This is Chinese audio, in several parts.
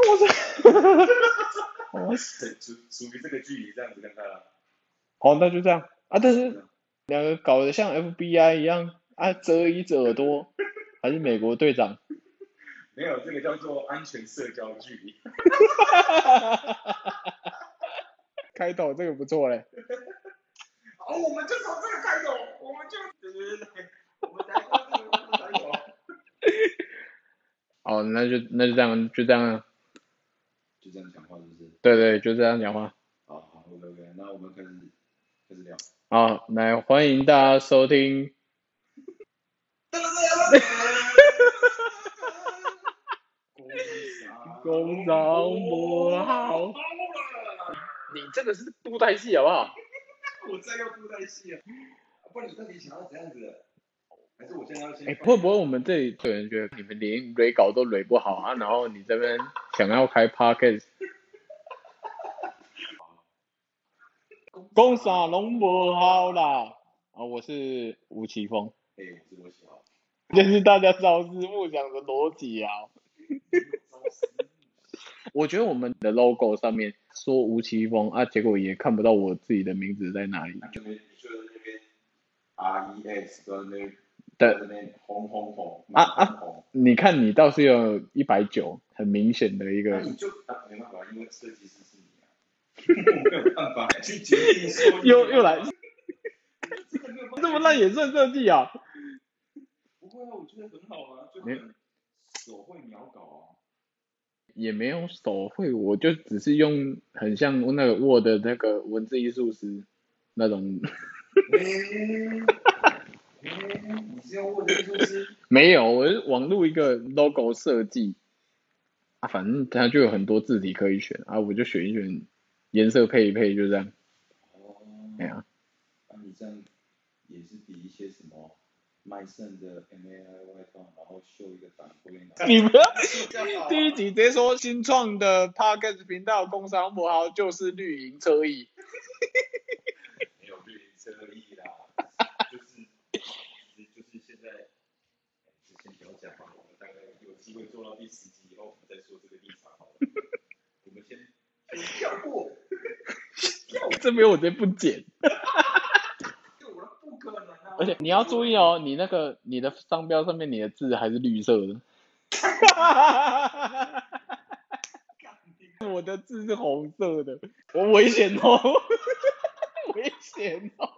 我属于这个距离这样子跟他。 好，那就这样啊。但是两个搞得像 FBI 一样啊，折一折耳朵，还是美国队长？ 没有，这个叫做安全社交距离。 开头这个不错嘞。 好，我们就从这个开头，我们就对，我们来到这个开头。 哦，那就这样，就这样。 就这样讲话是不是？ 对，就这样讲话。 好 ，OK， 那我们开始聊。 好，来欢迎大家收听。工商不好。你这个是布袋戏好不好？ 我再要布袋戏啊！不然你到底想要怎样子？还是我现在要先？ 会不会我们这里有人觉得你们连蕊稿都蕊不好啊？然后你这边想要开 podcast， 讲啥拢不好啦。啊，我是吴奇峰。 我是我喜好。 这是大家朝思暮想的逻辑啊。我觉得我们的 logo 上面说吴奇峰啊，结果也看不到我自己的名字在哪里。 你就在那边 REX 跟那边红你看你倒是有190，很明显的一个。 那你就没办法，因为设计师是你啊，我没有办法去决定说。 又来，这么烂也算设计啊？ 不会啊，我觉得很好啊，就很手绘描稿啊。 也没有手绘，我就只是用很像那个 Word 那个文字艺术师那种。 你是用 Word 艺术师？ 没有，我是网络一个 logo 设计啊，反正它就有很多字体可以选啊，我就选一选，颜色配一配，就这样。 哦。 哎呀， 那你这样也是比一些什么卖肾的 MAI 外放，然后秀一个胆灰。 你不要第一集直接说新创的 Podcast 频道工商不好就是绿营车椅。 没有绿营车椅啦，就是现在，先不要讲嘛，我们大概有机会做到第10集以后，我们再说这个立场好了。我们先跳过， 这边我直接不剪。 不可能啊！ 而且你要注意哦，你的商标上面你的字还是绿色的。我的字是红色的，我危险哦，危险哦。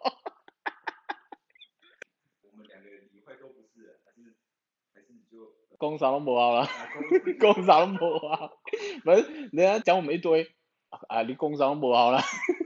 我们两个理会都不是，还是你就工商都不好啦，工商不好，反正人家讲我们一堆啊，你工商不好啦。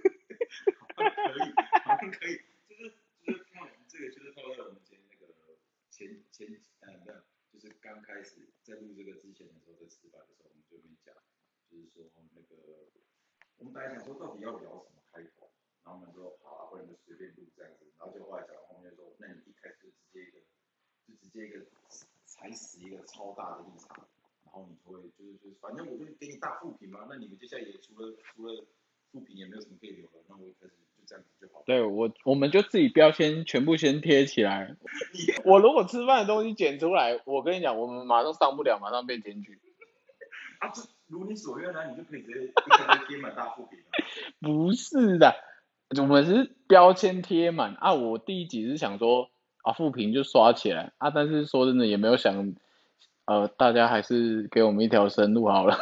可以，就是看我们这个，就是放在我们今天那个没有，就是刚开始在录这个之前的时候，在吃饭的时候，我们就没讲，就是说那个我们本来想说到底要聊什么开头，然后我们说好啊，不然就随便录这样子，然后就后来讲到后面说，那你一开始就直接一个踩死一个超大的立场，然后你就会就是反正我就给你大负评嘛，那你们接下来也除了负评也没有什么可以留了，那我一开始就这样子就好。对， 我们就自己标签全部先贴起来。我如果吃饭的东西剪出来，我跟你讲，我们马上上不了，马上被检举。 啊，这如你所愿啊，你就可以直接一开始贴满大负评了。 不是的，我们是标签贴满啊。我第一集是想说啊，负评就刷起来啊，但是说真的也没有想，大家还是给我们一条生路好了。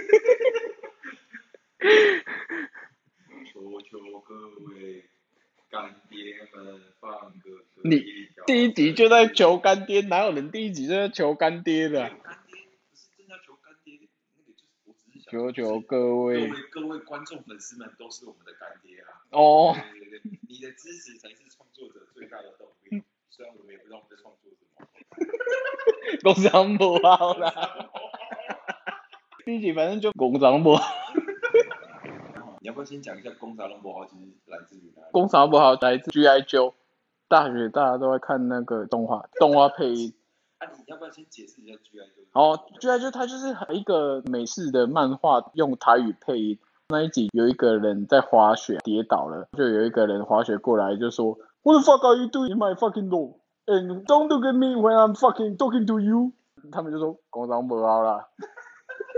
求各位干爹们放个你第一集就在求干爹，哪有人第一集就在求干爹的？ 干爹不是真的求干爹，那个就是我只是求想各位观众粉丝们都是我们的干爹啊！ 哦， 对，你的支持才是创作者最大的动力。虽然我们也不知道我们在创作什么， 工商不好啦。第一集反正就工商不好。 你要不要先讲一下工商不好其实来自于哪里？ 工商不好来自 G.I. Joe， 大学大家都在看那个动画配音。 啊，你要不要先解释一下 G.I. Joe？ 哦 ，G.I. Joe 它就是一个美式的漫画，用台语配音。那一集有一个人在滑雪跌倒了，就有一个人滑雪过来就说 What the fuck are you doing in my fucking room? And don't look at me when I'm fucking talking to you。他们就说工商不好啦。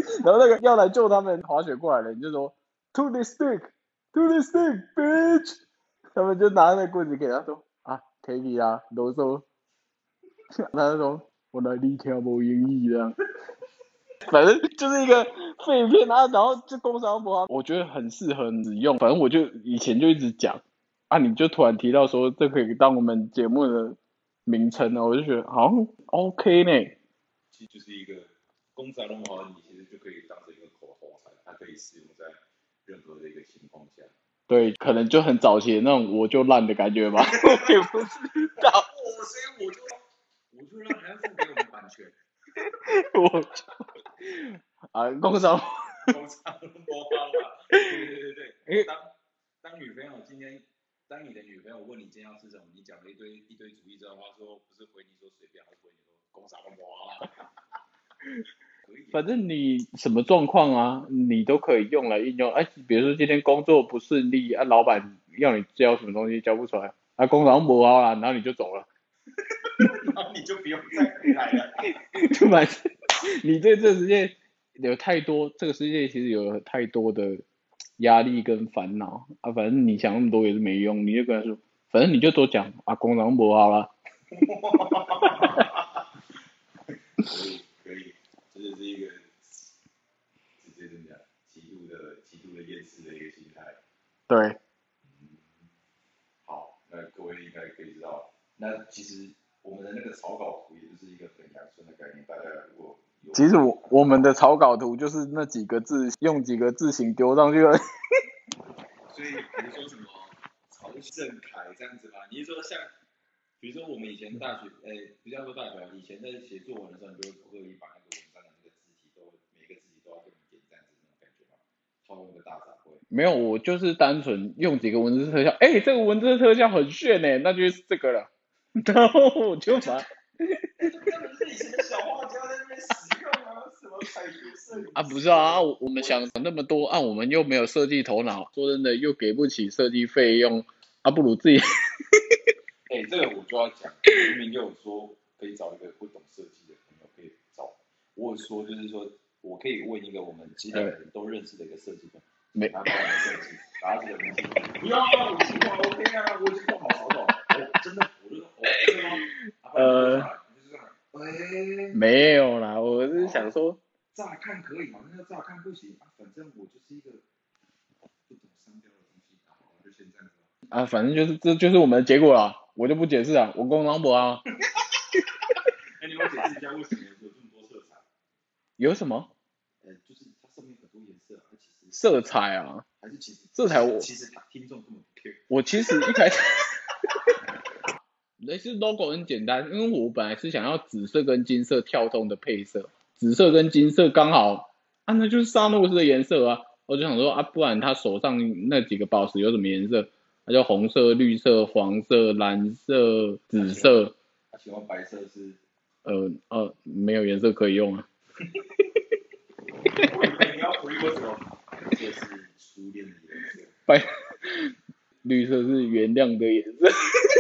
然后那个要来救他们滑雪过来的人就说 To the stick, to the stick, bitch。他们就拿那个棍子给他说啊，可以啊，啰嗦。他就说我来你听不英语这样。反正就是一个废片啊，然后就工商博啊，我觉得很适合使用。反正我就以前就一直讲啊，你就突然提到说这可以当我们节目的名称呢，我就觉得好像 OK 呢。 其实就是一个公仔龙华，你其实就可以当成一个口头禅，它可以适用在任何的一个情况下。 对，可能就很早期的那种我就烂的感觉吧，我也不知道。 所以我就让人家付给我们版权。 我就啊，工商工厂播报啦，对，当女朋友今天，当你的女朋友问你今天要吃什么，你讲了一堆主意之后，她说不是回你说随便，她是回你说工厂播报啦。 反正你什么状况啊，你都可以用来应用。哎，比如说今天工作不顺利啊，老板要你交什么东西交不出来，啊，工厂不好啦，然后你就走了， 然后你就不用再回来了。 就反正你对这个世界有太多，这个世界其实有太多的压力跟烦恼啊，反正你想那么多也是没用，你就跟他说，反正你就多讲啊，工厂不好啦。 可以，这就是一个直接怎么讲，极度的厌世的一个心态。 对， 好，那各位应该可以知道，那其实我们的那个草稿图也就是一个很阳春的概念，大家如果有， 其实我们的草稿图就是那几个字，用几个字形丢上去了。 所以比如说什么曹盛凯这样子吧，你是说像，比如说我们以前大学，不要说大学，以前在写作文的时候，你就会刻意把那个文章的那个字体都每个字体都要给你点这样子那种感觉吗？套用个大杂烩。 没有，我就是单纯用几个文字特效，哎，这个文字特效很炫呢，那就是这个了。然后我就把这根本是以前的小画家在那边使用啊，什么彩图摄影啊，不是啊，我们想那么多啊，我们又没有设计头脑，说真的又给不起设计费用，啊，不如自己。 这个我就要讲，明明就有说可以找一个不懂设计的朋友可以找，我有说就是说我可以问一个我们几个人都认识的一个设计朋友， 没他帮我们设计，把他这个明星，不要啊，我计划 OK 啊，我已经做好草稿了，真的，我就说真的吗？ 没有啦，我是想说， 乍看可以，好像要乍看不行啊，反正我就是一个不懂商标的东西，好，就先这样子。 啊，反正就是这就是我们的结果啦，我就不解释啊，我工商博啊。 你要解释一下为什么有这么多色彩？ 有什么？ 就是它上面很多颜色，它其实色彩啊， 还是其实色彩其实听众根本不 care。 我其实一开始类似 logo 很简单，因为我本来是想要紫色跟金色跳动的配色，紫色跟金色刚好啊，那就是萨诺斯的颜色啊。我就想说啊，不然他手上那几个宝石有什么颜色？那就红色、绿色、黄色、蓝色、紫色。 喜欢白色是？ 没有颜色可以用啊。 我以为你要回我什么？这是初恋的颜色。 白，绿色是原谅的颜色。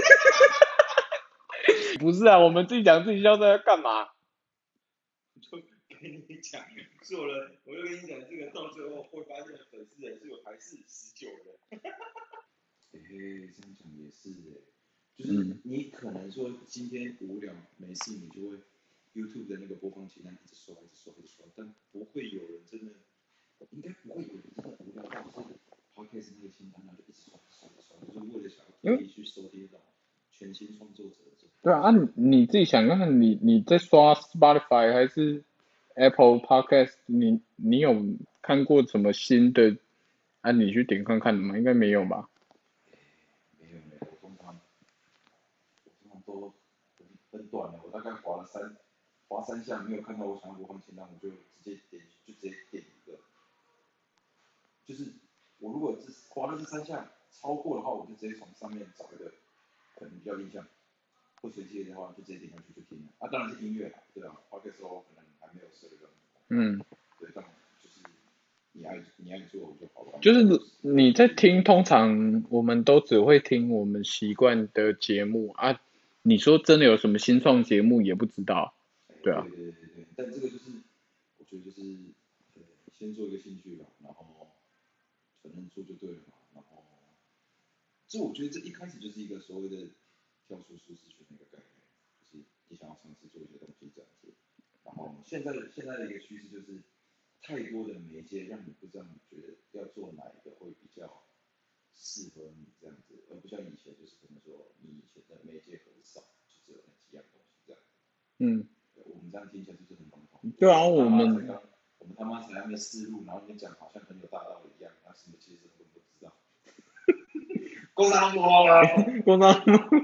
不是啊，我们自己讲自己笑在干嘛？ 就跟你讲做了，我就跟你讲，这个到最后会发现粉丝人数还是19人。这样讲也是就是你可能说今天无聊没事，你就会 YouTube 的那个播放清单一直刷，但不会有人真的，应该不会有人真的无聊到是 Podcast 那个清单，然后就一直刷，就是为了想要特意去收听到全新创作者的作品。 对啊，你自己想看看，你在刷 Spotify 还是 Apple Podcast，你有看过什么新的？啊，你去点看看的吗？应该没有吧？ 没有，我通常都很短的，我大概划三下，没有看到我想要播放清单，我就直接点一个。就是我如果划了这3下超过的话，我就直接从上面找一个可能比较印象或随机的话，就直接点下去就听了。啊，当然是音乐啦，对啊 ，Podcast 可能还没有设这个。对，但就是你爱做就好了。 就是你在听，通常我们都只会听我们习惯的节目啊。你说真的有什么新创节目也不知道，对啊。 对，但这个就是我觉得就是粉先做一个兴趣吧，然后承认错就对了嘛，然后，就我觉得这一开始就是一个所谓的跳出舒适圈的一个概念，就是你想要尝试做一些东西这样子。然后现在的一个趋势就是太多的媒介让你不知道你觉得要做哪一个会比较适合你这样子，而不像以前就是可能说你以前的媒介很少，就只有那几样东西这样。我们这样听起来就是很笼统。 对啊， 我们他妈才还没试录，然后你讲好像很有大道理一样，那什么其实我们都不知道。工商部啊， 工商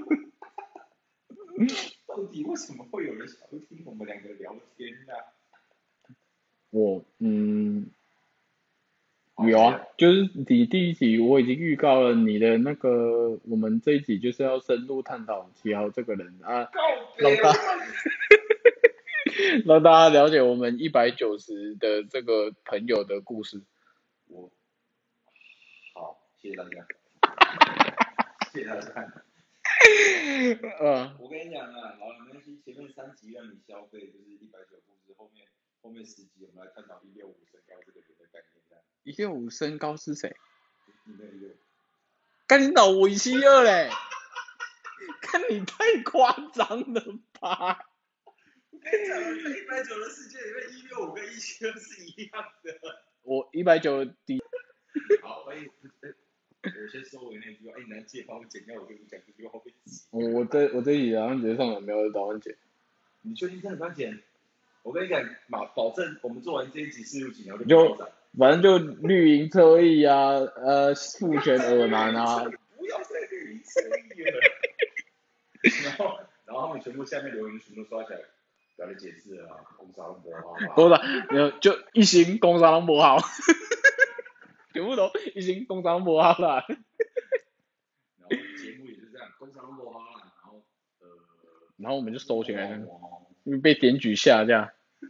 到底为什么会有人想要听我们两个聊天呢？ 有啊，就是你第一集我已经预告了你的那个，我们这一集就是要深入探讨齐豪这个人啊，让大家了解我们190的这个朋友的故事。 好，谢谢大家，谢谢大家。我跟你讲啊，好了，没关系，前面3集让你消费就是190故事，后面10集我们来探讨165身高这个人的概念。 165身高是谁？ 你没有165？ 干你老我172嘞！看你太夸张了吧！ 我跟你讲，在190的世界里面，165跟172是一样的。 我190低。 好，我先收回那句话，你拿借帮我剪掉，我就不讲这句话会死。 我这一集好像直接上了，没有打算剪。 你确定真的不要剪？我跟你讲，保证我们做完这一集4、6集，然后就反正就绿营侧翼啊，父权耳男啊。 不要再绿营侧翼了。然后他们全部下面留言全部刷起来，不要再解释了啊，攻杀龙博好。 多少？就一星攻杀龙博好。全部都一星攻杀龙博好啦。 然后节目也是这样，攻杀龙博好啦， 然后我们就收起来，因为被检举下架。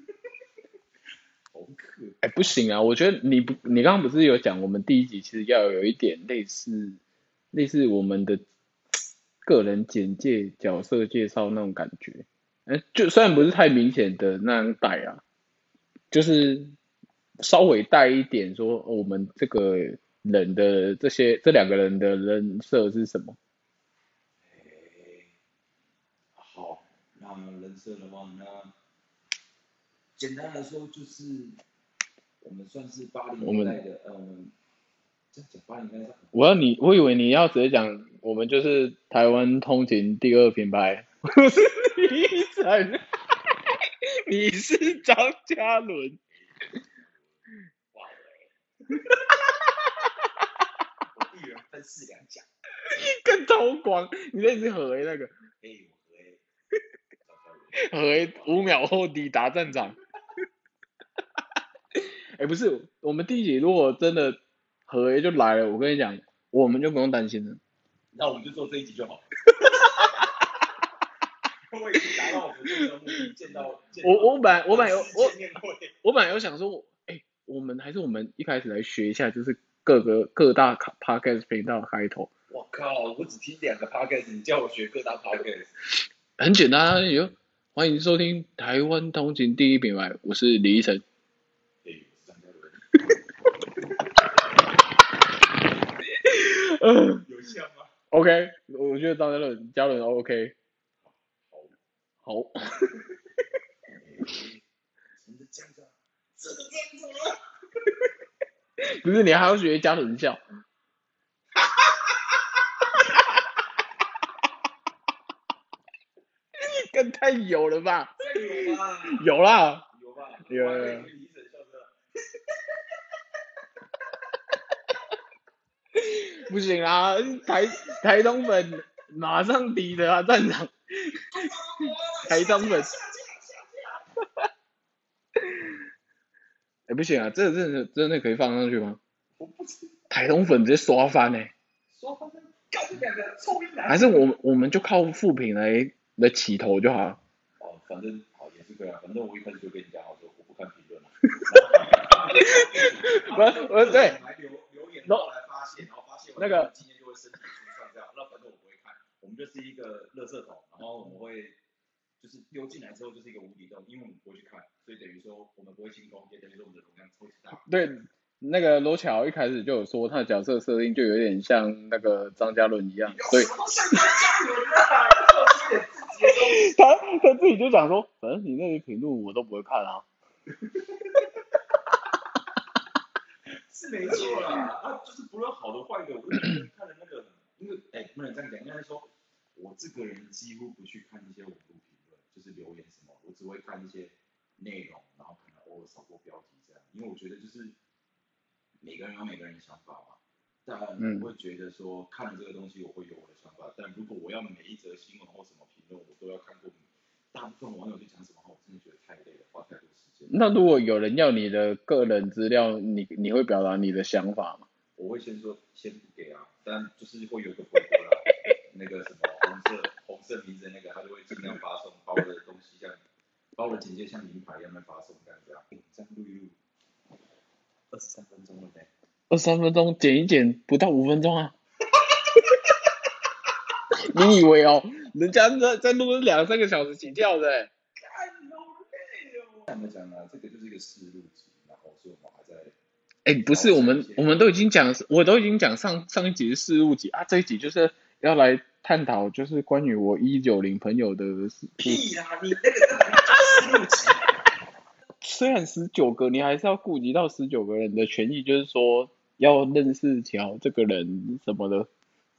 不行啊！我觉得你刚刚不是有讲，我们第一集其实要有一点类似我们的个人简介、角色介绍那种感觉。就虽然不是太明显的那样带啊，就是稍微带一点说，我们这个人的这两个人的人设是什么。 好，那人设的话，那简单来说就是我们算是80年代的，这样讲80年代。 我以为你要直接讲，我们就是台湾通勤第2品牌。我是李晨，你是张嘉伦。 哇，我一人分饰2角。 更超广，你那是何 A 那个？何 A 5秒后抵达战场。不是，我们第一集如果真的何 A 就来了，我跟你讲，我们就不用担心了。 那我们就做这一集就好。我已经达到我们这个目的，见到我本来有想说，我们一开始来学一下，就是各大 podcast 频道的开头。 我靠，我只听2个 podcast， 你叫我学各大 podcast？ 很简单啊，欢迎收听台湾通勤第1品牌，我是李依晨。 我是张嘉伦。有像吗 ？OK， 我觉得张嘉伦 OK。好。 真的这样子啊？真的这样子吗？ 不是，你还要学嘉伦笑。更太有了吧？ 有吧？ 有啦。 有吧？ 有。不行啊，台东粉马上抵达战场。台东粉。不行啊，这真的可以放上去吗？ 我不知道。 台东粉直接刷翻刷翻干你2个臭一男。 还是我们就靠负评来起头就好了。 反正好也是可以啊，反正我一开始就跟你讲好说，我不看评论了。 对。 留言然后来发现，然后发现那个今天就会身体舒畅这样，那反正我不会看，我们就是一个垃圾桶，然后我们会就是丢进来之后就是一个无底洞，因为我们不会去看，所以等于说我们不会清空，也等于说我们的容量超级大。 对，那个罗乔一开始就有说他的角色设定就有点像那个张嘉伦一样，所以他自己就讲说，反正你那些评论我都不会看啊。 是没错啦，就是不论好的坏的，我都觉得看了那个，因为不能这样讲，应该是说，我这个人几乎不去看一些网络评论，就是留言什么，我只会看一些内容，然后可能偶尔扫过标题这样，因为我觉得就是每个人有每个人的想法嘛。当然我会觉得说看了这个东西我会有我的想法，但如果我要每一则新闻或什么评论我都要看过大部分网友去讲什么话，我真的觉得太累了，花太多时间。 那如果有人要你的个人资料，你会表达你的想法吗？ 我会先说先不给啊，但就是会有一个回拨啦，那个什么红色名字的那个，他就会尽量发送，把我的东西把我的简介像名牌一样的发送这样子啊。这样录一录，23分钟了呗。 23分钟剪一剪不到5分钟啊。你以为哦，人家在录2-3个小时起跳的欸。 怎么讲呢？这个就是一个试录集，然后所以我们还在。 不是，我们都已经讲，我都已经讲上一集是事务集啊，这一集就是要来探讨，就是关于我190朋友的事。 屁啦，你那个事录集。 虽然19个，你还是要顾及到19个人的权益，就是说要认识乔这个人什么的。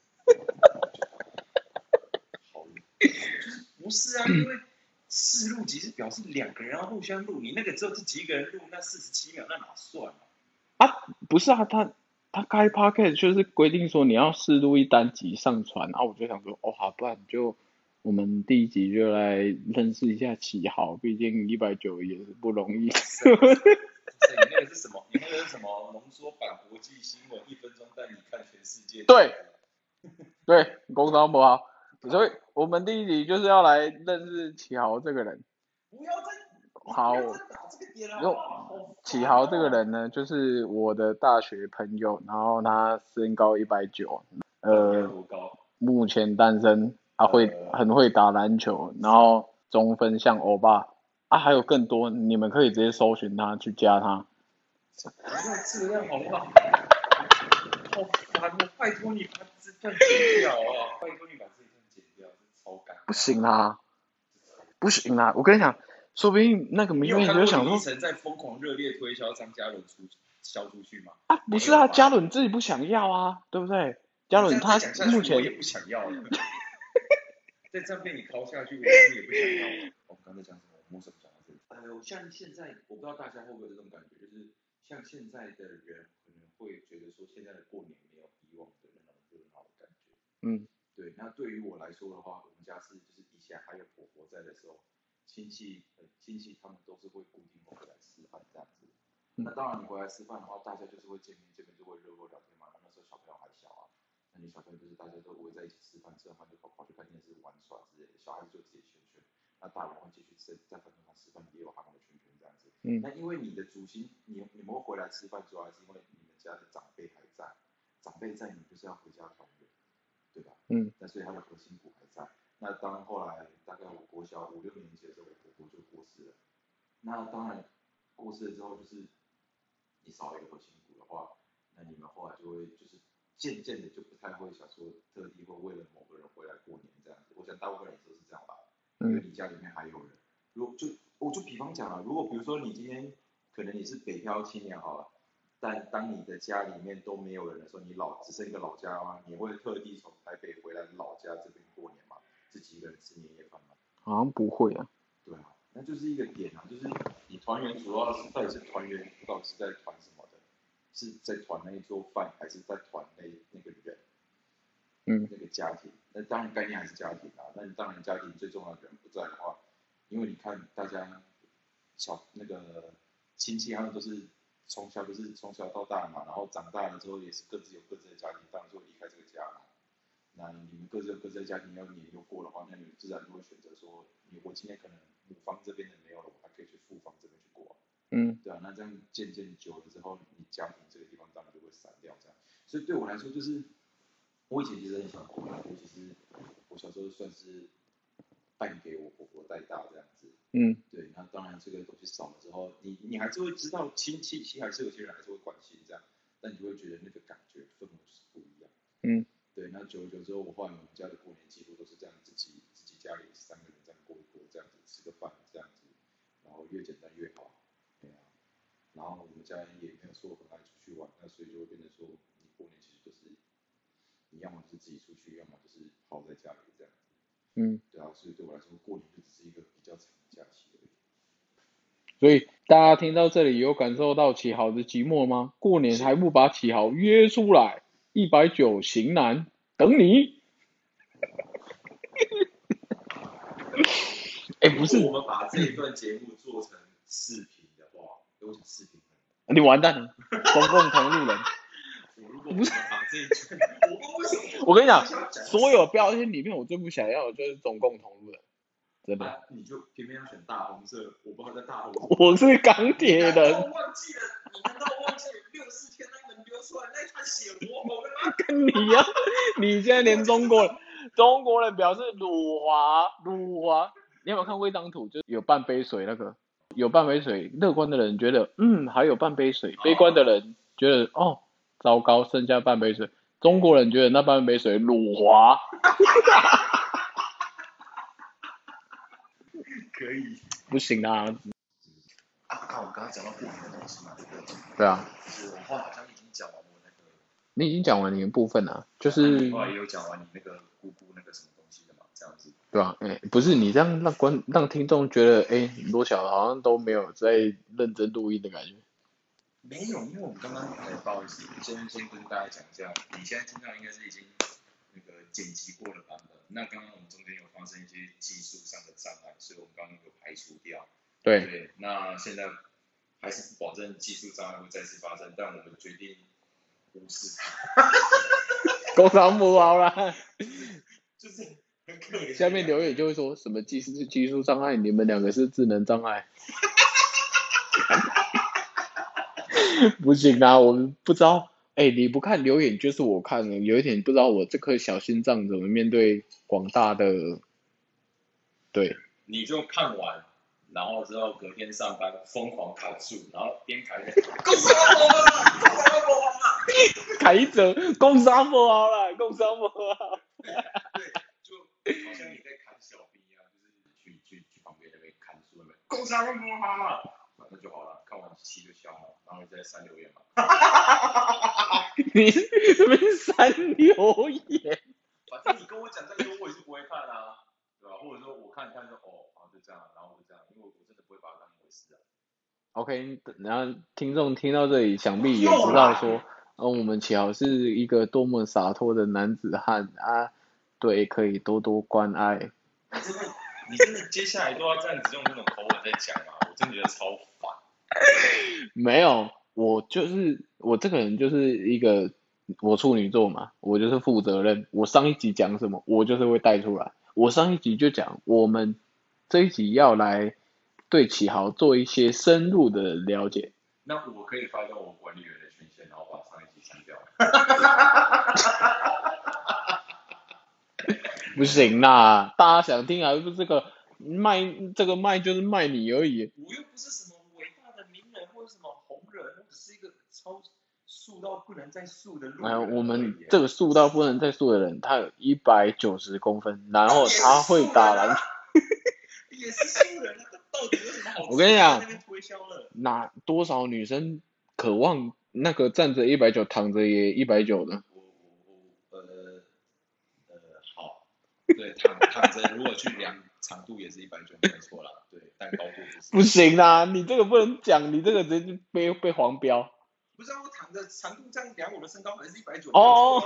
不是啊，因为试录集是表示2个人要互相录，你那个只有自己一个人录，那47秒那哪算啊？ 不是啊，他开 podcast 就是规定说你要试录一单集上传，然后我就想说，好，不然就我们第一集就来认识一下启豪，毕竟190也是不容易。 你那个是什么？你那个是什么浓缩版国际新闻，1分钟带你看全世界？ 对，工商不好，所以我们第一集就是要来认识启豪这个人。 不要再打这个点了， 启豪这个人呢，就是我的大学朋友，然后他身高190，目前单身，很会打篮球，然后中分像欧巴还有更多，你们可以直接搜寻他去加他。 不要这样好不好？好烦哦！拜托你把这段剪掉啊！拜托你把这一段剪掉，这超干。 不行啦！我跟你讲，说不定那个明明就想说， 李依晨在疯狂热烈推销张嘉伦销出去吗？ 不是啊，嘉伦自己不想要啊，对不对？嘉伦他目前我也不想要了。再这样被你敲下去，我也不想要了。我刚才讲什么？我什么讲到这里？像现在，我不知道大家会不会有这种感觉，就是像现在的人可能会觉得说，现在的过年没有以往的那种热闹的感觉。对。那对于我来说的话，我们家就是以前还有婆婆在的时候，亲戚他们都是会固定回来吃饭这样子。那当然你回来吃饭的话，大家就是会见面就会热络聊天嘛。那时候小朋友还小啊，那你小朋友就是大家都围在一起吃饭，吃完饭就跑去看电视玩耍之类的，小孩子就自己圈圈，那大人会继续在饭桌上吃饭，也有他们的圈圈这样子。那因为你的祖先，你们会回来吃饭，主要还是因为你们家的长辈还在，长辈在，你就是要回家团圆，对吧？那所以他的核心骨还在。那当后来大概我国小5、6年级的时候，我婆婆就过世了。那当然过世了之后，就是你少了一个核心骨的话，那你们后来就会就是渐渐的就不太会想说特地会为了某个人回来过年这样子。我想大部分人都是这样吧，因为你家里面还有人。我就比方讲啊，如果比如说你今天可能你是北漂青年好了，但当你的家里面都没有人的时候，你只剩一个老家吗？你会特地从台北回来老家这边过年吗？自己一个人吃年夜饭吗？ 好像不会啊。 对啊，那就是一个点啊，就是你团圆主要是到底是团圆，到底是在团什么的？是在团那一桌饭，还是在团那个人？那个家庭，那当然概念还是家庭啊。那当然家庭最重要的人不在的话，因为你看大家那个亲戚他们都是从小到大嘛，然后长大了之后也是各自有各自的家庭，当然就会离开这个家嘛。那你们各自有各自的家庭，要年又过的话，那你们自然就会选择说，我今天可能母方这边的没有了，我还可以去父方这边去过。对啊，那这样渐渐久了之后，你家庭这个地方当然就会散掉这样。所以对我来说，就是我以前其实很喜欢过年，尤其是我小时候算是半给我婆婆带大这样子。对，那当然这个东西少了之后，你还是会知道亲戚，其实还是有些人还是会关心这样，但你就会觉得那个感觉氛围是不一样。对，那久而久之后，我后来我们家的过年几乎都是这样自己家里3个人这样过一过，这样子吃个饭这样子，然后越简单越好。对啊，然后我们家人也没有说很爱出去玩，那所以就会变成说，你过年其实就是你要么就是自己出去，要么就是泡在家里这样子。对啊，所以对我来说，过年就只是一个比较长的假期而已。 所以大家听到这里有感受到启豪的寂寞吗？过年还不把启豪约出来，190型男等你。不是， 如果我们把这一段节目做成视频的话，有什么视频？ 你完蛋了，中共同路人。 如果我们把这一段， 我跟你讲，所有标签里面我最不想要的就是中共同路人。真的， 你就偏偏要选大红色，我不知道在大红色。 我是钢铁人。 我忘记了，你难道忘记了64天那门流出来那一滩血活红的吗？ 跟你呀，你现在连中国人表示辱华，你有没有看过一张图？就是有半杯水那个，有半杯水，乐观的人觉得还有半杯水，悲观的人觉得糟糕，剩下半杯水。中国人觉得那半杯水辱华。 可以。 不行啊！ 看我刚刚讲到过年的东西嘛，对不对？ 对啊。 就是我后来好像已经讲完我那个。 你已经讲完你的部分了，就是你后来也有讲完你那个姑姑那个什么东西的嘛，这样子。 对啊，不是你这样让听众觉得，罗小好像都没有在认真录音的感觉。 没有，因为我们刚刚不好意思，先跟大家讲一下，你现在听到应该是已经那个剪辑过的版本。那刚刚我们中间有发生一些技术上的障碍，所以我们刚刚有排除掉。对，那现在还是不保证技术障碍会再次发生，但我们决定无视它。 工商不好啦。 就是很可怜。 下面留言就会说什么技术障碍，你们2个是智能障碍。不行啊，我们不知道。你不看留言就是我看了，有一点不知道我这颗小心脏怎么面对广大的。对。 你就看完，然后之后隔天上班疯狂砍树，然后边砍边工商不好了，工商不好了， 砍一折，工商不好了，工商不好。 对，就好像你在砍小兵一样，就是去旁边那边砍树那边，工商不好了，那就好了，看完气就消了，然后你再删留言嘛。 你这边删留言， 反正你跟我讲这个，我也是不会看啊，对吧？或者说我看就就这样，然后就这样，因为我真的不会把它当一回事啊。 OK，然后听众听到这里，想必也知道说，我们启豪是一个多么洒脱的男子汉啊，对，可以多多关爱。 你真的接下来都要这样子用那种口吻在讲啊，我真的觉得超烦。 没有，我这个人就是一个，我处女座嘛，我就是负责任。我上一集讲什么，我就是会带出来。我上一集就讲，我们这一集要来对启豪做一些深入的了解。 那我可以发动我管理员的权限，然后把上一集删掉。 不行啦，大家想听还不是这个卖就是卖你而已。 我又不是什么伟大的名人或者什么红人，我只是一个超素到不能再素的路人。 我们这个素到不能再素的人，他有190公分，然后他会打篮球。 也是素人，那到底有什么好？ 我跟你讲， 那边推销了。 哪多少女生渴望那个站着190，躺着也190的。 好，对，躺着如果去量长度也是190，没错啦，对，但高度不是。 不行啦，你这个不能讲，你这个直接被黄标。 不是我躺着长度这样量我的身高还是190。 哦。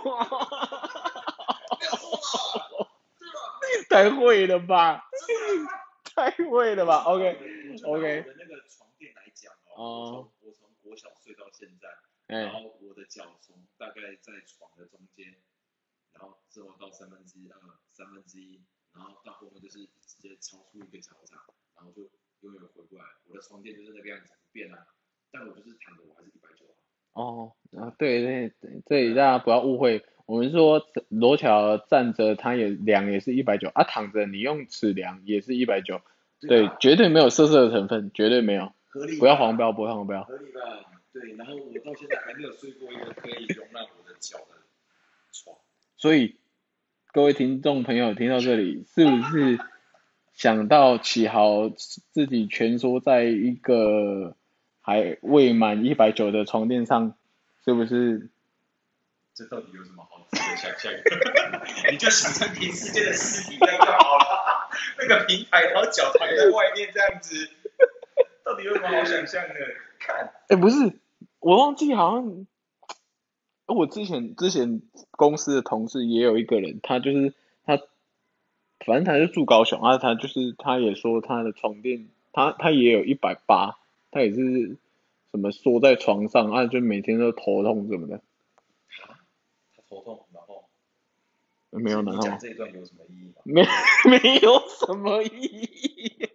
太会了吧！太会了吧 ？OK。 我的那个床垫来讲我从国小睡到现在，然后我的脚从大概在床的中间，然后之后到1/3、1/3，然后到后面就是直接超出一个脚掌，然后就永远回过来。我的床垫就是那个样子，不变啊，但我就是躺着我还是190啊。 对，这里大家不要误会， 我们说罗桥站着它量也是190啊，躺着你用尺量也是190，对，绝对没有色的成分，绝对没有， 合理吧？ 不要黄标，不要黄标。 合理吧？对，然后我到现在还没有睡过一个可以容纳我的脚的床。 所以各位听众朋友听到这里，是不是想到启豪自己蜷缩在一个还未满190的床垫上，是不是？ 这到底有什么好值得想象的？你就想象平世界的尸体这样就好了，那个平台，然后脚躺在外面这样子，到底有什么好想象的？看， 不是，我忘记好像我之前公司的同事也有一个人，他就是他，反正他就住高雄啊，他也说他的床垫，他也有180，他也是什么缩在床上啊，就每天都头痛什么的， 他头痛，然后没有然后你讲这一段有什么意义吗？ 没有什么意义。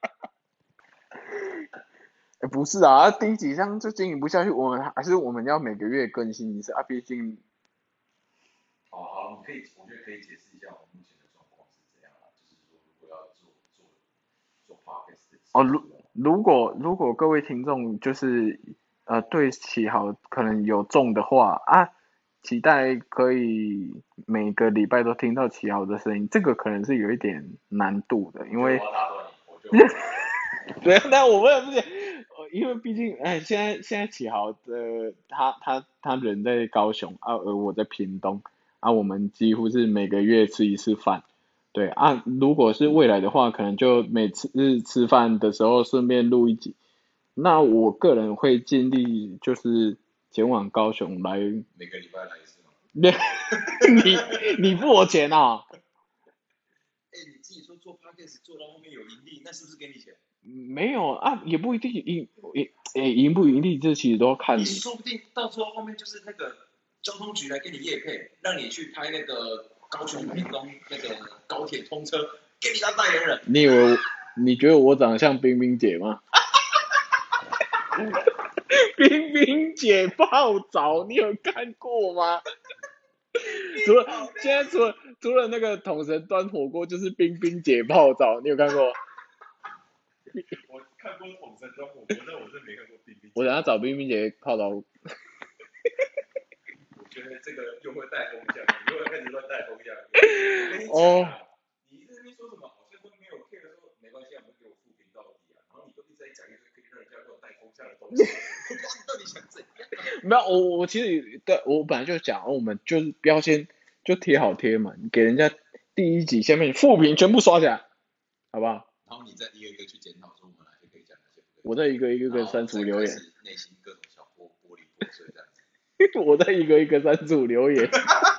不是啊，第一集这样就经营不下去，我们要每个月更新一次啊，毕竟好，我觉得可以解释一下我们目前的状况是怎样啦。就是说，如果要做 podcast 的哦， 集数如果各位听众就是对启豪可能有中的话啊，期待可以每个礼拜都听到启豪的声音，这个可能是有一点难度的，因为我要打断你， 对，但我们不是，因为毕竟现在启豪的他人在高雄啊，而我在屏东啊，我们几乎是每个月吃一次饭。对啊，如果是未来的话，可能就每次吃饭的时候顺便录一集。那我个人会尽力就是前往高雄来， 每个礼拜来一次吗？ 你付我钱啊？ 你自己说做 podcast 做到后面有盈利，那是不是给你钱？ 没有啊，也不一定盈不盈利，这其实都要看你说不定到时候后面就是那个交通局来给你业配，让你去拍那个高雄屏东那个高铁通车，给你当代言人。 你觉得我长得像冰冰姐吗？冰冰姐泡澡，你有看过吗？现在除了那个统神端火锅，就是冰冰姐泡澡，你有看过？ 我看过统神端火锅，但我是没看过冰冰。 我等下找冰冰姐泡澡。 我觉得这个又会带风向，你又会开始乱带风向。我跟你讲啊，你在那边说什么好像都没有 care 说没关系，我们给我复评到底啊，然后你都一直在讲一堆可以让人家乱带风向的东西，我不知道你到底想怎样。 没有，我其实对我本来就讲，我们就是标签就贴好贴嘛，你给人家第一集下面负评全部刷起来，好不好？ 然后你再一个一个去检讨，说我们哪些可以讲，哪些不可以。 我再一个一个删除留言， 内心各种小玻璃破碎这样子。 我再一个一个删除留言。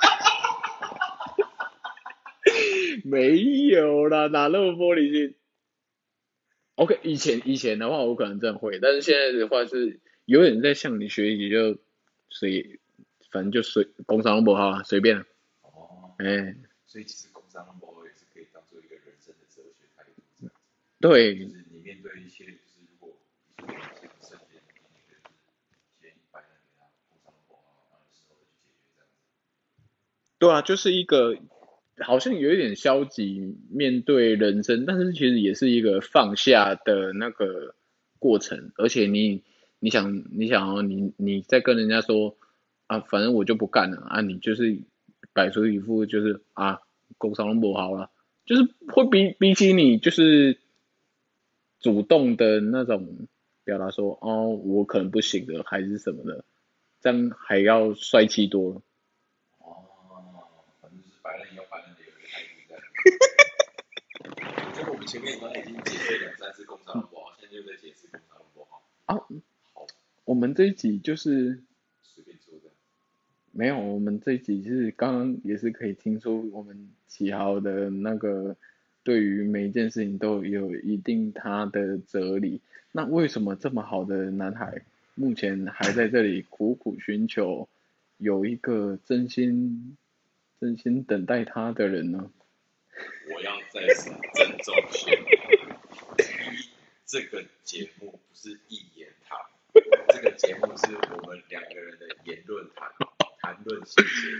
没有啦，哪那么玻璃心？OK，以前的话我可能真的会，但是现在的话是有点在向你学习，就反正就工商不好，随便。 哦。 哎， 所以其实工商偶尔也是可以当做一个人生的哲学态度，这样子。 对， 就是你面对一些，就是如果一些像圣贤，你可以就是先摆烂给他，工商不好，然后事后再去解决这样子。 对啊，就是一个好像有一点消极面对人生，但是其实也是一个放下的那个过程。而且你想哦，你在跟人家说啊，反正我就不干了啊，你就是摆出一副就是啊，工商不好了，就是会比起你就是主动的那种表达说哦，我可能不行了，还是什么的，这样还要帅气多了。 反正就是摆烂要摆烂的有一个态度这样。我觉得我们前面刚刚已经解释2、3次工商不好，现在又在解释工商不好。 啊，我们这一集就是随便说的。 没有，我们这一集是刚刚也是可以听出我们启豪的那个对于每一件事情都有一定他的哲理。那为什么这么好的男孩，目前还在这里苦苦寻求有一个真心等待他的人呢？ 我要在此郑重宣布，这个节目不是一言堂，这个节目是我们2个人的言论谈论型节目。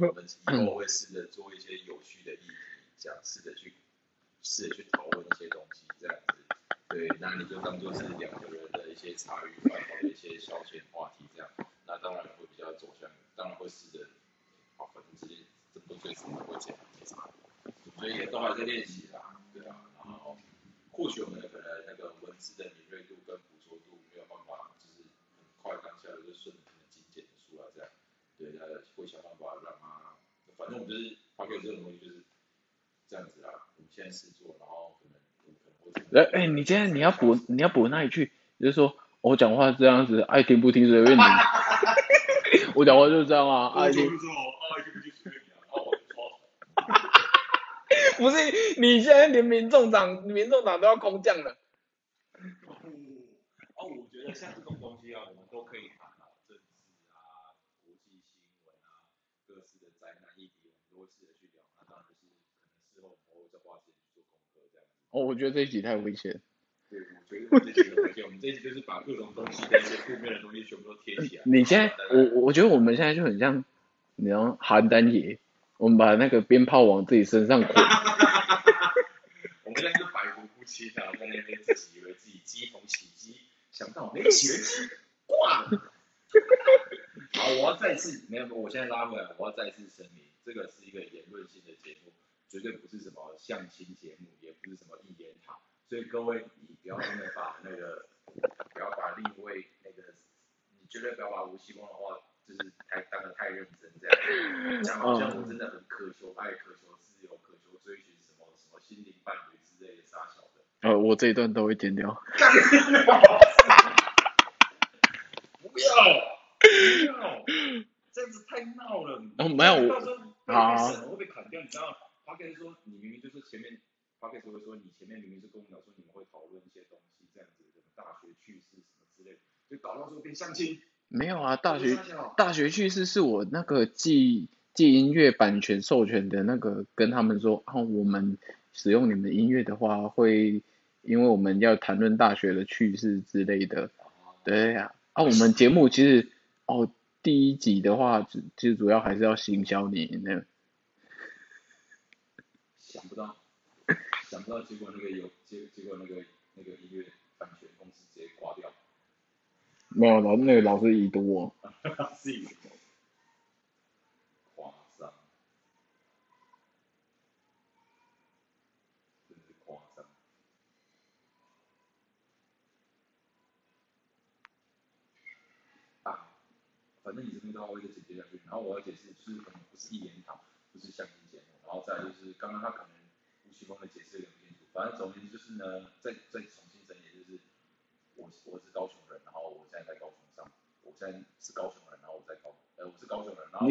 我们以后会试着做一些有趣的议题，这样试着去讨论一些东西，这样子。对，那你就当做是两个人的一些茶余饭后的一些消遣话题，这样。那当然会比较走向，当然会试着，好，反正这么多最什么会这样，没啥。所以也都还在练习啦，对啊。然后或许我们可能那个文字的敏锐度跟捕捉度没有办法，就是很快当下的就顺着精简的出来这样。对，那会想办法让它，反正我们就是 p o d 这种东西就是这样子啦。我们现在试做，然后可能会。 你今天你要补那一句，就是说我讲话这样子，爱听不听随便你。我讲话就是这样啊，爱听。 爱听不听随便你啊，然后我就说。 不是，你现在连民众党都要空降了。 我觉得像这种东西啊，我们都可以谈啊，政治啊、国际新闻啊、各式的灾难议题，我们都会试着去聊。那当然就是可能事后我们会再花时间去做功课这样子。 我觉得这一集太危险。 对，我觉得我们这集很危险。我们这一集就是把各种东西的一些负面的东西全部都贴起来。 你现在，我觉得我们现在就很像，你知道邯郸爷，我们把那个鞭炮往自己身上捆。 我们现在是百毒不侵啊，在那边自己以为自己鸡同起鸡，想不到没起了鸡，挂了。好，我要再次没有，我现在拉回来，我要再次声明，这个是一个言论性的节目，绝对不是什么相亲节目，也不是什么一言堂，所以各位你不要真的把那个，不要把另一位那个，你绝对不要把吴奇峰的话就是当得太认真这样，讲好像我真的很渴求爱、渴求自由、渴求追寻什么心灵伴侣之类的傻小的。 我这一段都会剪掉。 不要，这样子太闹了。 没有， 到时候被审了会被砍掉，你知道吗？他可以说你明明就是前面，他可以会说你前面明明是跟我讲说你们会讨论一些东西，这样子什么大学趣事什么之类的，就搞到最后变相亲。 没有啊，大学趣事是我那个寄音乐版权授权的那个，跟他们说，我们使用你们音乐的话，会因为我们要谈论大学的趣事之类的。对呀，我们节目其实第一集的话，其实主要还是要行销你那。 想不到，结果那个音乐版权公司直接挂掉。 没有那个老师已读我。 是夸张，真是夸张。反正你这边的话，我会剪接下去。然后我要解释，就是可能不是一言堂，不是相亲节目。然后再来就是刚刚他可能吴奇峰的解释有点不清楚。反正总之就是呢，再重新整理，就是我是高雄人，然后我现在在高雄上，我现在是高雄人，然后我是高雄人，然后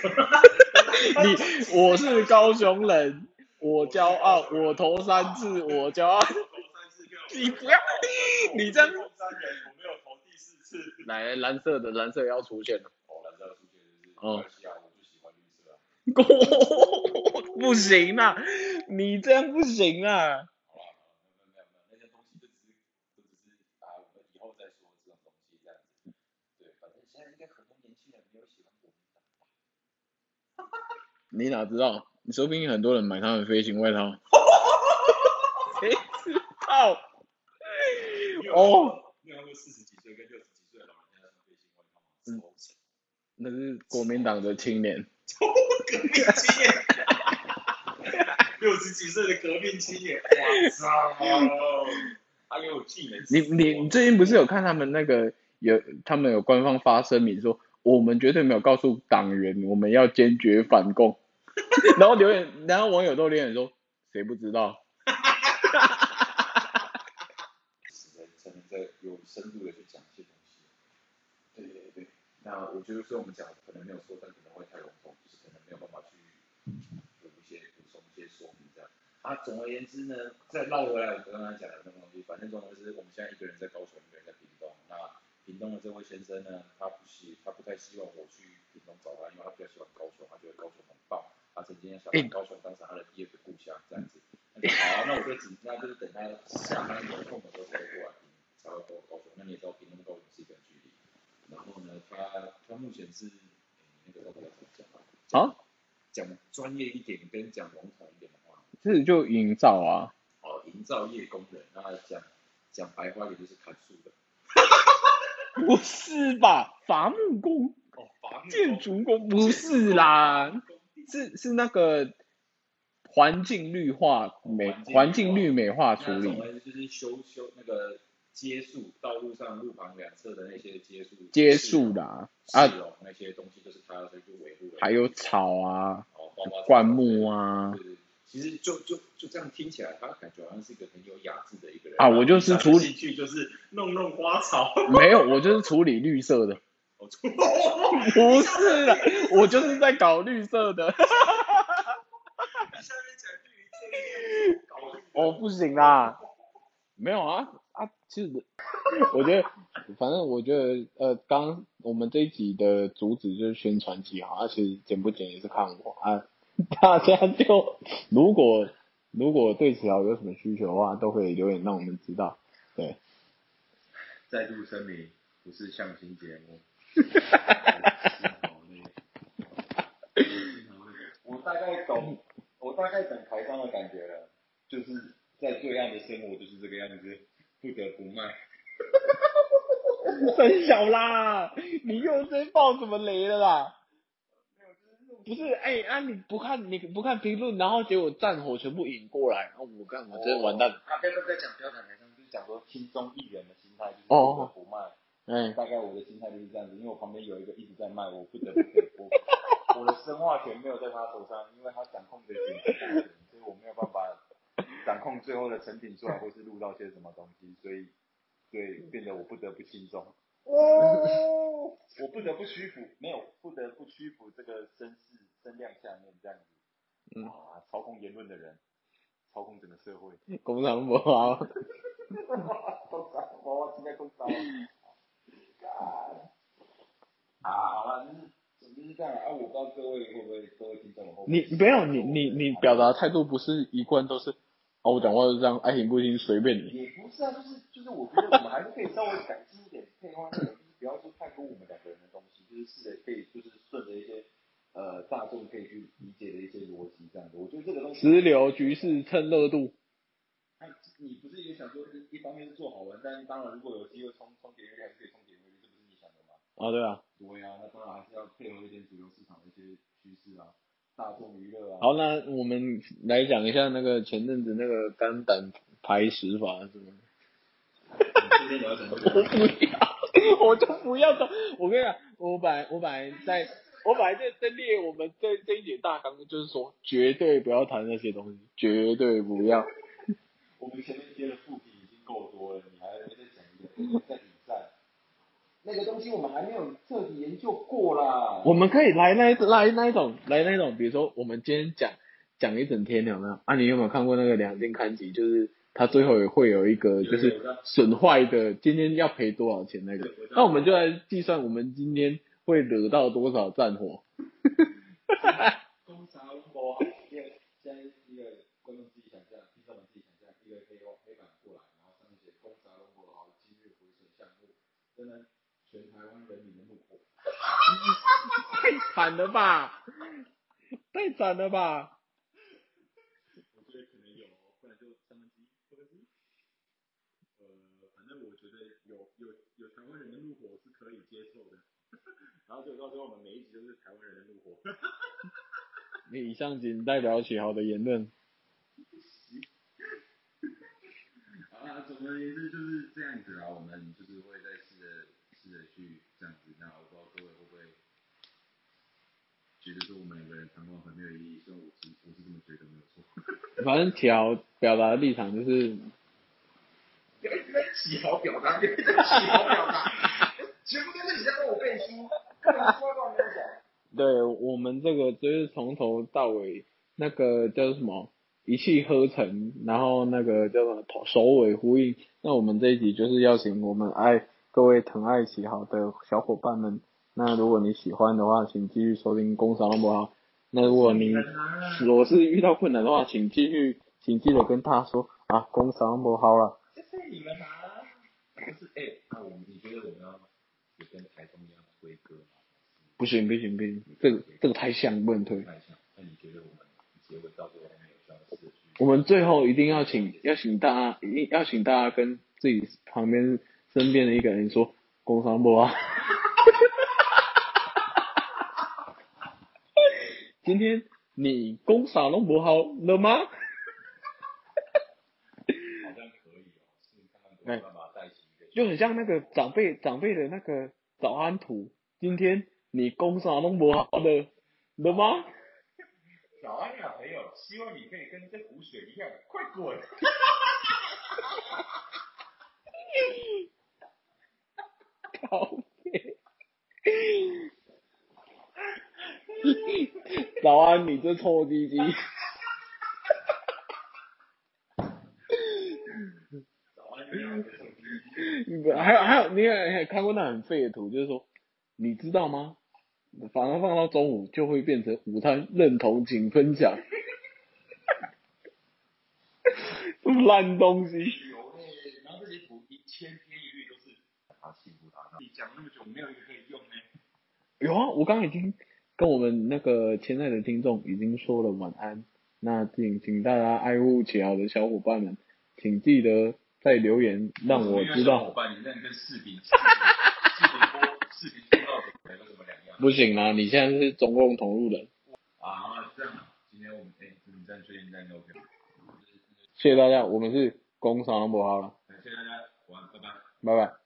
我是高雄人，我骄傲，我投3次，我骄傲。你不要，你这样。 我没有投第4次。 来，蓝色要出现了。 蓝色要出现就是。我就喜欢绿色啊。 不行啊，你这样不行啊。 好啦，没有，那些东西就只是我们以后再说这种东西这样子。对，反正现在应该很多年轻人没有喜欢国民党。 你哪知道？你说不定很多人买他们飞行外套。谁知道？ 你有看过40几岁跟60几岁的老人家穿飞行外套吗？ 那是国民党的青年。 革命青年。60几岁的革命青年，哇操！还有技能。 你最近不是有看他们那个他们有官方发声明说，我们绝对没有告诉党员我们要坚决反共。然后网友都留言说，谁不知道？ 才能再有深度的去讲一些东西。对，那我觉得说我们讲可能没有说，但可能会太笼统，就是可能没有办法去补充一些说明这样。总而言之呢，再绕回来我刚刚讲的那个东西，反正总而言之，我们现在一个人在高雄，一个人在屏东。那屏东的这位先生呢，他不太希望我去屏东找他，因为他比较喜欢高雄，他觉得高雄很棒，他曾经想把高雄当成他的第2个故乡这样子。好，那就是等他下班有空的时候才会过来才会过高雄。那你也知道屏东高雄是一段距离。然后呢，他目前是那个到底要怎么讲啊？ 讲专业一点跟讲笼统一点的话， 这就营造啊。 营造业工人，那讲白话一点就是砍树的。 不是吧？伐木工、建筑工不是啦，是那个环境绿化环境绿美化处理。 就是修那个接树，道路上路旁两侧的那些接树啦， 那些东西都是他要去维护的。 还有草啊，灌木啊。 对，其实就这样听起来，他感觉好像是一个很有雅致的一个人啊。我就是处理兴趣就是弄花草。 没有，我就是处理绿色的。不是啦，我就是在搞绿色的。哦，不行啦，没有啊，其实我觉得，反正我觉得，刚我们这一集的主旨就是宣传期好，其实剪不剪也是看我啊。大家就如果对此条有什么需求的话，都可以留言让我们知道。对， 再度声明，不是相亲节目。我大概懂台商的感觉了，就是在对岸的生活就是这个样子，不得不卖。 很小啦，你又在爆什么雷了啦？不是，你不看评论，然后结果战火全部引过来，我真的完蛋了。 他刚刚在讲标准台商，就是讲说轻中艺人的心态，就是不得不卖。大概我的心态就是这样子，因为我旁边有一个一直在卖，我不得不给播。我的生化权没有在他手上，因为他掌控着剪辑过程，所以我没有办法掌控最后的成品出来，或是录到些什么东西，所以变得我不得不轻重。我不得不屈服，不得不屈服这个声量下面这样子。操控言论的人，操控整个社会。 工厂不好。 我今天工厂。好了，就是这样啊。我不知道各位听众你没有你表达态度不是一贯都是我讲话是这样，爱听不听随便你。 也不是啊，就是我觉得我们还是可以稍微改进一点配方内容，就是不要说太多我们两个人的东西，就是试着可以就是顺着一些大众可以去理解的一些逻辑这样子。我觉得这个东西时流局势趁热度。 你不是也想说一方面是做好玩，但当然如果有机会冲点阅率还是可以冲点阅率，这不是你想的吗？ 对啊。 对啊，那当然还是要配合一点主流市场的一些趋势啊，大众娱乐啊。 好，那我们来讲一下那个前阵子那个肝胆排石法是吗？ 今天聊什么？ 我就不要的。我跟你讲，我本来在列我们这一节大纲，就是说绝对不要谈那些东西，绝对不要。 我们前面贴的副题已经够多了，你还在讲一个在比赛，那个东西我们还没有彻底研究过啦。 我们可以来那种，比如说我们今天讲一整天有没有？你有没有看过那个两件刊集？就是它最后也会有一个就是损坏的，今天要赔多少钱那个？那我们就来计算我们今天会惹到多少战火。 公查龙博，现在一个观众自己想象，听众们自己想象，一个黑板过来，然后上面写公查龙博好今日回损项目，真的全台湾人民的怒火。 太惨了吧！太惨了吧！ 我觉得可能有，不然就1/3，反正我觉得有台湾人的怒火是可以接受的。然后就到最后我们每一集都是台湾人的怒火。 以上仅代表许豪的言论。 好啦，总而言之就是这样子啦，我们就是会再试着去这样子。那我不知道各位会不会觉得说我们两个人谈话很没有意义，虽然我是这么觉得没有错。 反正条表达的立场就是。 不要一直在起好表达，全部都是你在帮我背书，根本说都没有讲。 对，我们这个就是从头到尾那个叫什么一气呵成，然后那个叫什么首尾呼应。那我们这一集就是邀请我们各位疼爱喜好的小伙伴们。那如果你喜欢的话，请继续收听工商不好。那如果你我是遇到困难的话，请记得跟他说工商不好了。 谢谢你们啊！不是你觉得我们要跟台中一样推歌吗？ 不行，这个太像，不能推。 太像， 是你觉得我们结尾到最后面有需要失去？ 我们最后一定要请大家，一定要请大家跟自己旁边身边的一个人说，工商不啊。今天你工商都不好了吗？ 好像可以哦，是看看有没有办法带起一个， 就很像那个长辈的那个早安图。今天你工商都不好了吗？ 早安啊，朋友，希望你可以跟这湖水一样，快滚！ 靠北。早安，你这臭鸡鸡。 早安，你好，这臭鸡鸡。 还有，你还看过那很废的图，就是说，你知道吗？反而放到中午就会变成午餐认同请分享。烂东西。 有嘞，然后这些图1000篇一律都是他欺负他，你讲那么久没有一个可以用呢。 有啊，我刚刚已经跟我们那个潜在的听众已经说了晚安。那请大家爱护起好的小伙伴们，请记得在留言让我知道。 小伙伴，你那跟视频播到底有什么两样？ 不行啊，你现在是中共同路人。 啊，这样，今天我们你在最近在 OK。 谢谢大家，我们是工商不好了。 谢谢大家，晚安，拜拜。 拜拜。